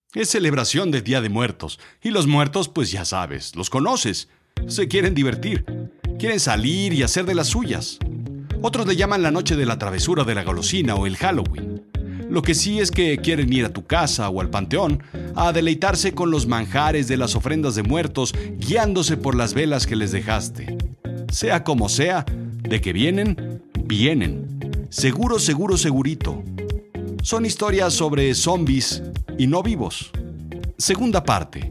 Es celebración de Día de Muertos, y los muertos, pues ya sabes, los conoces. Se quieren divertir, quieren salir y hacer de las suyas. Otros le llaman la noche de la travesura de la golosina o el Halloween. Lo que sí es que quieren ir a tu casa o al panteón a deleitarse con los manjares de las ofrendas de muertos, guiándose por las velas que les dejaste. Sea como sea, de que vienen, vienen. Seguro, seguro, segurito. Son historias sobre zombies y no vivos. Segunda parte.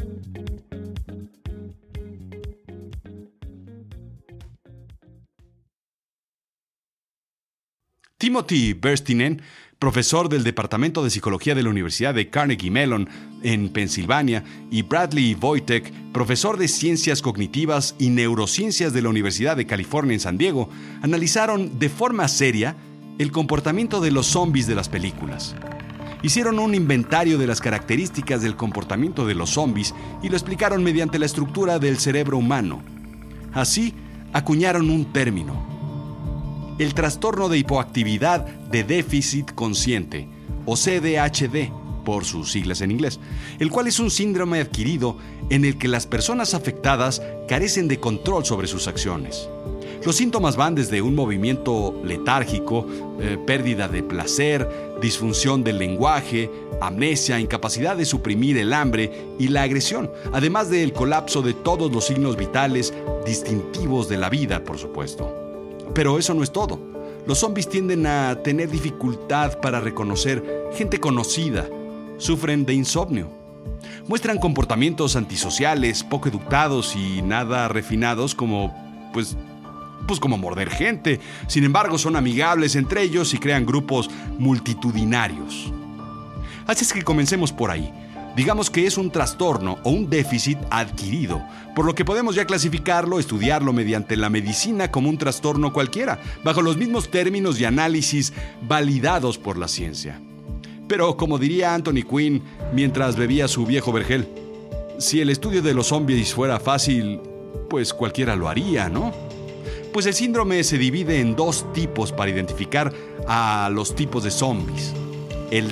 Timothy Berstinen, profesor del Departamento de Psicología de la Universidad de Carnegie Mellon en Pensilvania, y Bradley Wojtek, profesor de Ciencias Cognitivas y Neurociencias de la Universidad de California en San Diego, analizaron de forma seria el comportamiento de los zombies de las películas. Hicieron un inventario de las características del comportamiento de los zombies y lo explicaron mediante la estructura del cerebro humano. Así, acuñaron un término: el trastorno de hipoactividad de déficit consciente, o CDHD, por sus siglas en inglés, el cual es un síndrome adquirido en el que las personas afectadas carecen de control sobre sus acciones. Los síntomas van desde un movimiento letárgico, pérdida de placer, disfunción del lenguaje, amnesia, incapacidad de suprimir el hambre y la agresión, además del colapso de todos los signos vitales distintivos de la vida, por supuesto. Pero eso no es todo. Los zombies tienden a tener dificultad para reconocer gente conocida. Sufren de insomnio. Muestran comportamientos antisociales, poco educados y nada refinados como, como morder gente. Sin embargo, son amigables entre ellos y crean grupos multitudinarios. Así es que comencemos por ahí. Digamos que es un trastorno o un déficit adquirido, por lo que podemos ya clasificarlo, estudiarlo mediante la medicina como un trastorno cualquiera, bajo los mismos términos y análisis validados por la ciencia. Pero como diría Anthony Quinn mientras bebía su viejo vergel, si el estudio de los zombies fuera fácil, pues cualquiera lo haría, ¿no? Pues el síndrome se divide en dos tipos para identificar a los tipos de zombies. El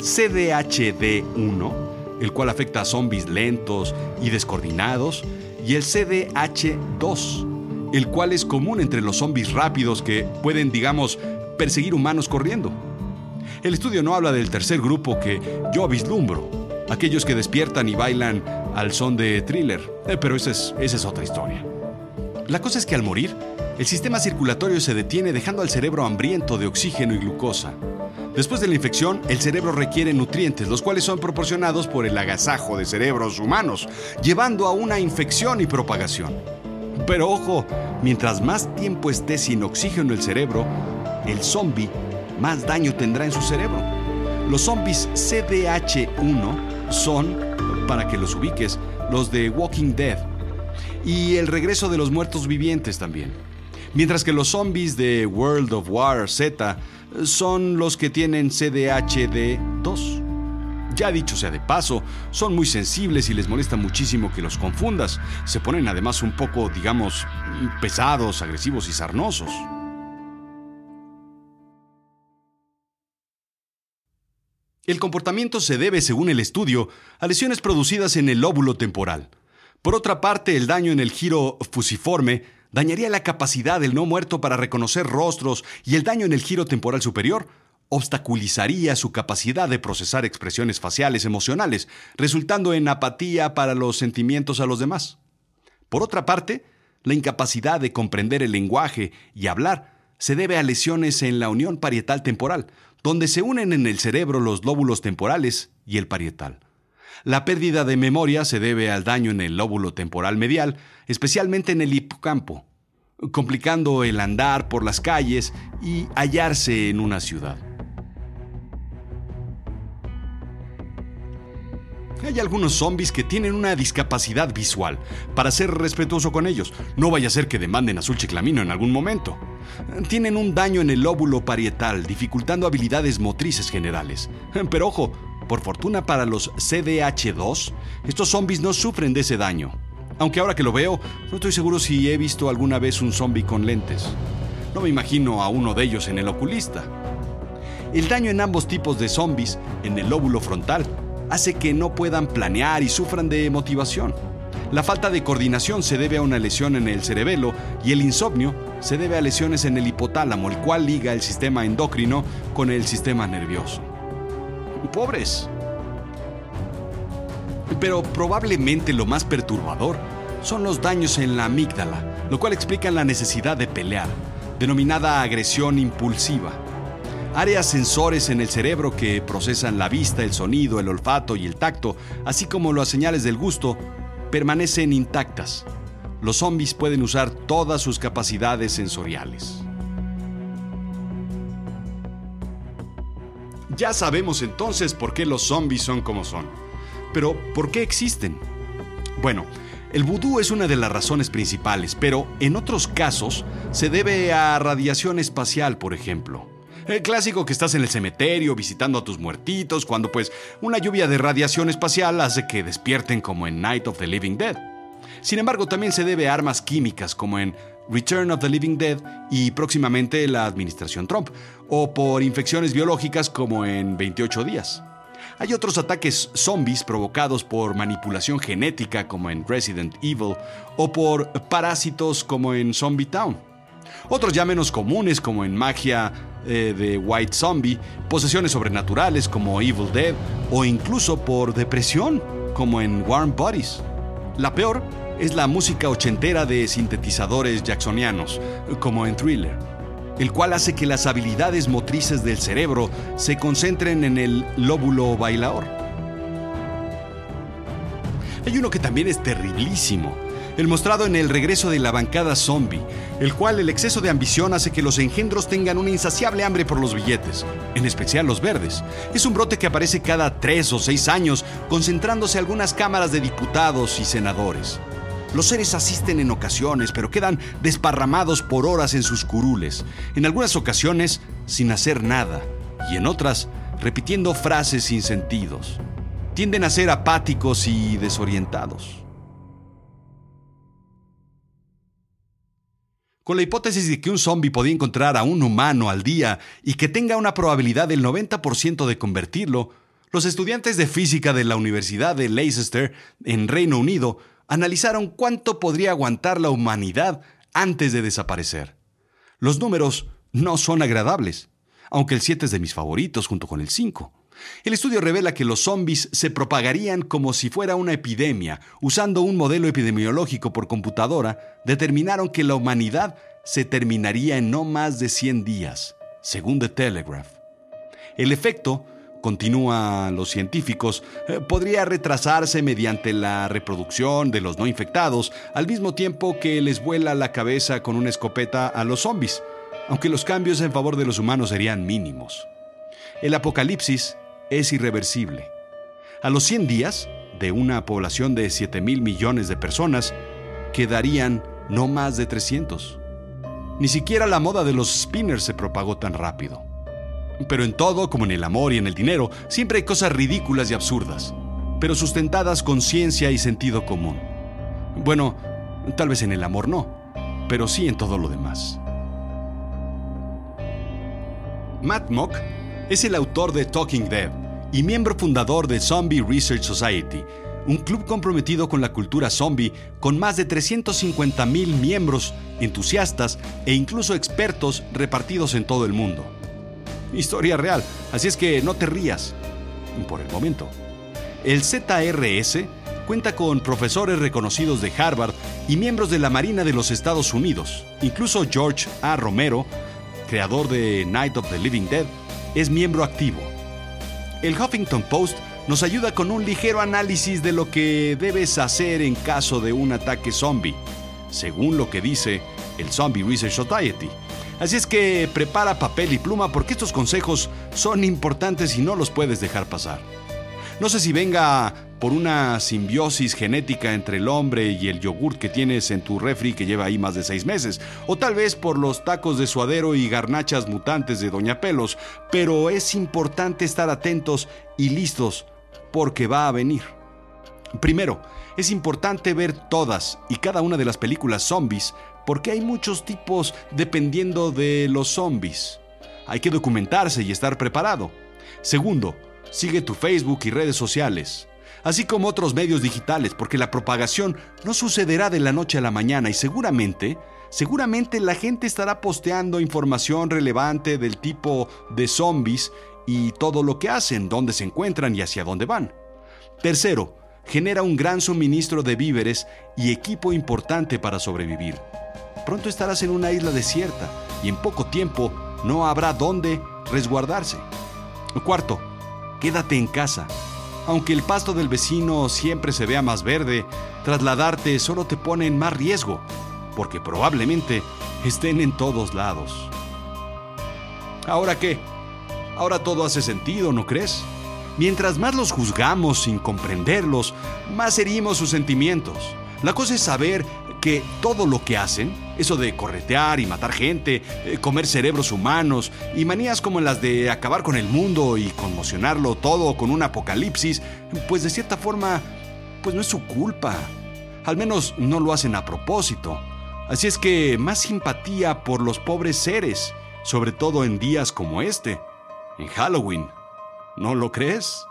CDHD1, el cual afecta a zombies lentos y descoordinados, y el CDH2, el cual es común entre los zombies rápidos que pueden, perseguir humanos corriendo. El estudio no habla del tercer grupo que yo vislumbro, aquellos que despiertan y bailan al son de Thriller, pero esa es otra historia. La cosa es que al morir, el sistema circulatorio se detiene dejando al cerebro hambriento de oxígeno y glucosa. Después de la infección, el cerebro requiere nutrientes, los cuales son proporcionados por el agasajo de cerebros humanos, llevando a una infección y propagación. Pero ojo, mientras más tiempo esté sin oxígeno el cerebro, el zombie más daño tendrá en su cerebro. Los zombies CDH1 son, para que los ubiques, los de Walking Dead y el regreso de los muertos vivientes también. Mientras que los zombies de World of War Z son los que tienen CDHD2. Ya dicho sea de paso, son muy sensibles y les molesta muchísimo que los confundas. Se ponen además un poco, pesados, agresivos y sarnosos. El comportamiento se debe, según el estudio, a lesiones producidas en el lóbulo temporal. Por otra parte, el daño en el giro fusiforme dañaría la capacidad del no muerto para reconocer rostros, y el daño en el giro temporal superior obstaculizaría su capacidad de procesar expresiones faciales emocionales, resultando en apatía para los sentimientos a los demás. Por otra parte, la incapacidad de comprender el lenguaje y hablar se debe a lesiones en la unión parietal temporal, donde se unen en el cerebro los lóbulos temporales y el parietal. La pérdida de memoria se debe al daño en el lóbulo temporal medial, especialmente en el hipocampo, complicando el andar por las calles y hallarse en una ciudad. Hay algunos zombies que tienen una discapacidad visual. Para ser respetuoso con ellos, no vaya a ser que demanden azul chiclamino en algún momento. Tienen un daño en el lóbulo parietal, dificultando habilidades motrices generales. Pero ojo, por fortuna para los CDH2, estos zombies no sufren de ese daño. Aunque ahora que lo veo, no estoy seguro si he visto alguna vez un zombie con lentes. No me imagino a uno de ellos en el oculista. El daño en ambos tipos de zombies, en el lóbulo frontal, hace que no puedan planear y sufran de motivación. La falta de coordinación se debe a una lesión en el cerebelo y el insomnio se debe a lesiones en el hipotálamo, el cual liga el sistema endocrino con el sistema nervioso. ¡Pobres! Pero probablemente lo más perturbador son los daños en la amígdala, lo cual explica la necesidad de pelear, denominada agresión impulsiva. Áreas sensores en el cerebro que procesan la vista, el sonido, el olfato y el tacto, así como las señales del gusto, permanecen intactas. Los zombies pueden usar todas sus capacidades sensoriales. Ya sabemos entonces por qué los zombies son como son. Pero, ¿por qué existen? Bueno, el vudú es una de las razones principales, pero en otros casos se debe a radiación espacial, por ejemplo. El clásico que estás en el cementerio visitando a tus muertitos cuando una lluvia de radiación espacial hace que despierten como en Night of the Living Dead. Sin embargo, también se debe a armas químicas como en Return of the Living Dead y próximamente la administración Trump, o por infecciones biológicas como en 28 días. Hay otros ataques zombies provocados por manipulación genética como en Resident Evil o por parásitos como en Zombie Town. Otros ya menos comunes como en magia de White Zombie, posesiones sobrenaturales como Evil Dead o incluso por depresión como en Warm Bodies. La peor es la música ochentera de sintetizadores jacksonianos como en Thriller, el cual hace que las habilidades motrices del cerebro se concentren en el lóbulo bailador. Hay uno que también es terriblísimo, el mostrado en El regreso de la bancada zombie, el cual el exceso de ambición hace que los engendros tengan una insaciable hambre por los billetes, en especial los verdes. Es un brote que aparece cada 3 o 6 años, concentrándose algunas cámaras de diputados y senadores. Los seres asisten en ocasiones, pero quedan desparramados por horas en sus curules, en algunas ocasiones sin hacer nada, y en otras repitiendo frases sin sentidos. Tienden a ser apáticos y desorientados. Con la hipótesis de que un zombie podía encontrar a un humano al día y que tenga una probabilidad del 90% de convertirlo, los estudiantes de física de la Universidad de Leicester, en Reino Unido, analizaron cuánto podría aguantar la humanidad antes de desaparecer. Los números no son agradables, aunque el 7 es de mis favoritos junto con el 5. El estudio revela que los zombies se propagarían como si fuera una epidemia. Usando un modelo epidemiológico por computadora, determinaron que la humanidad se terminaría en no más de 100 días, según The Telegraph. El efecto, continúan los científicos, podría retrasarse mediante la reproducción de los no infectados, al mismo tiempo que les vuela la cabeza con una escopeta a los zombies, aunque los cambios en favor de los humanos serían mínimos. El apocalipsis es irreversible. A los 100 días, de una población de 7,000 millones de personas, quedarían no más de 300. Ni siquiera la moda de los spinners se propagó tan rápido. Pero en todo, como en el amor y en el dinero, siempre hay cosas ridículas y absurdas, pero sustentadas con ciencia y sentido común. Bueno, tal vez en el amor no, pero sí en todo lo demás. Matt Mock es el autor de Talking Dead y miembro fundador de Zombie Research Society, un club comprometido con la cultura zombie con más de 350,000 miembros, entusiastas e incluso expertos repartidos en todo el mundo. Historia real, así es que no te rías, por el momento. El ZRS cuenta con profesores reconocidos de Harvard y miembros de la Marina de los Estados Unidos. Incluso George A. Romero, creador de Night of the Living Dead, es miembro activo. El Huffington Post nos ayuda con un ligero análisis de lo que debes hacer en caso de un ataque zombie, según lo que dice el Zombie Research Society. Así es que prepara papel y pluma porque estos consejos son importantes y no los puedes dejar pasar. No sé si venga por una simbiosis genética entre el hombre y el yogurt que tienes en tu refri que lleva ahí más de 6 meses, o tal vez por los tacos de suadero y garnachas mutantes de Doña Pelos, pero es importante estar atentos y listos porque va a venir. Primero, es importante ver todas y cada una de las películas zombies porque hay muchos tipos dependiendo de los zombies. Hay que documentarse y estar preparado. Segundo, Sigue tu Facebook y redes sociales, así como otros medios digitales, porque la propagación no sucederá de la noche a la mañana y seguramente la gente estará posteando información relevante del tipo de zombies y todo lo que hacen, dónde se encuentran y hacia dónde van. Tercero, genera un gran suministro de víveres y equipo importante para sobrevivir. Pronto estarás en una isla desierta y en poco tiempo no habrá dónde resguardarse. Cuarto, quédate en casa. Aunque el pasto del vecino siempre se vea más verde, trasladarte solo te pone en más riesgo, porque probablemente estén en todos lados. ¿Ahora qué? Ahora todo hace sentido, ¿no crees? Mientras más los juzgamos sin comprenderlos, más herimos sus sentimientos. La cosa es saber que todo lo que hacen, eso de corretear y matar gente, comer cerebros humanos y manías como las de acabar con el mundo y conmocionarlo todo con un apocalipsis, pues de cierta forma, pues no es su culpa. Al menos no lo hacen a propósito. Así es que más simpatía por los pobres seres, sobre todo en días como este, en Halloween. ¿No lo crees?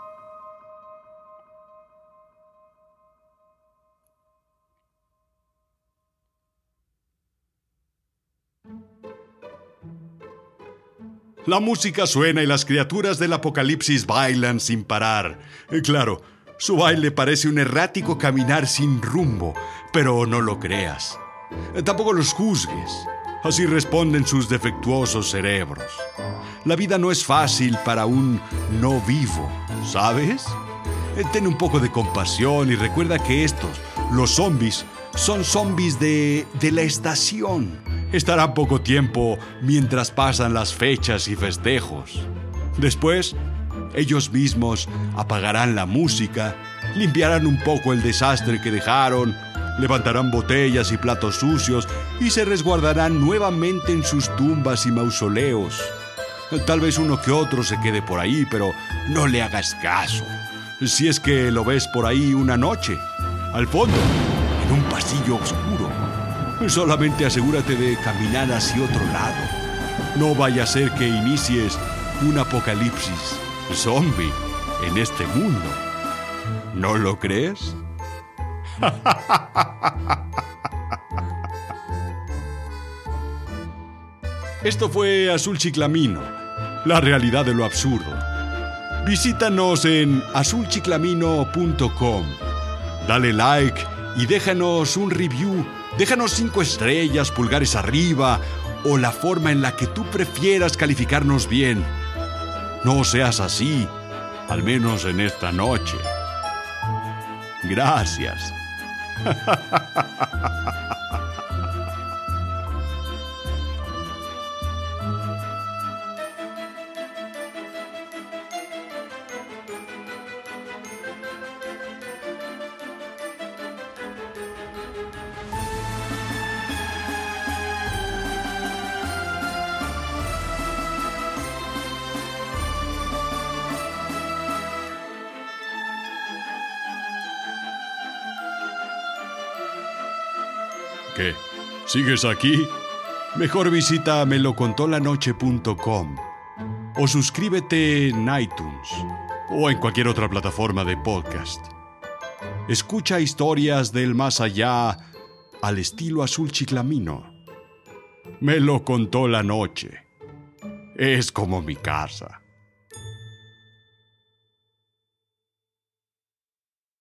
La música suena y las criaturas del apocalipsis bailan sin parar. Claro, su baile parece un errático caminar sin rumbo, pero no lo creas. Tampoco los juzgues. Así responden sus defectuosos cerebros. La vida no es fácil para un no vivo, ¿sabes? Ten un poco de compasión y recuerda que estos, los zombies, son zombies de la estación. Estarán poco tiempo mientras pasan las fechas y festejos. Después, ellos mismos apagarán la música, limpiarán un poco el desastre que dejaron, levantarán botellas y platos sucios y se resguardarán nuevamente en sus tumbas y mausoleos. Tal vez uno que otro se quede por ahí, pero no le hagas caso. Si es que lo ves por ahí una noche, al fondo, en un pasillo oscuro, solamente asegúrate de caminar hacia otro lado. No vaya a ser que inicies un apocalipsis zombie en este mundo. ¿No lo crees? Esto fue Azul Chiclamino, la realidad de lo absurdo. Visítanos en azulchiclamino.com. Dale like y déjanos un review. Déjanos 5 estrellas, pulgares arriba o la forma en la que tú prefieras calificarnos bien. No seas así, al menos en esta noche. Gracias. ¿Qué? ¿Sigues aquí? Mejor visita melocontolanoche.com o suscríbete en iTunes o en cualquier otra plataforma de podcast. Escucha historias del más allá al estilo Azul Chiclamino. Me lo contó la noche. Es como mi casa.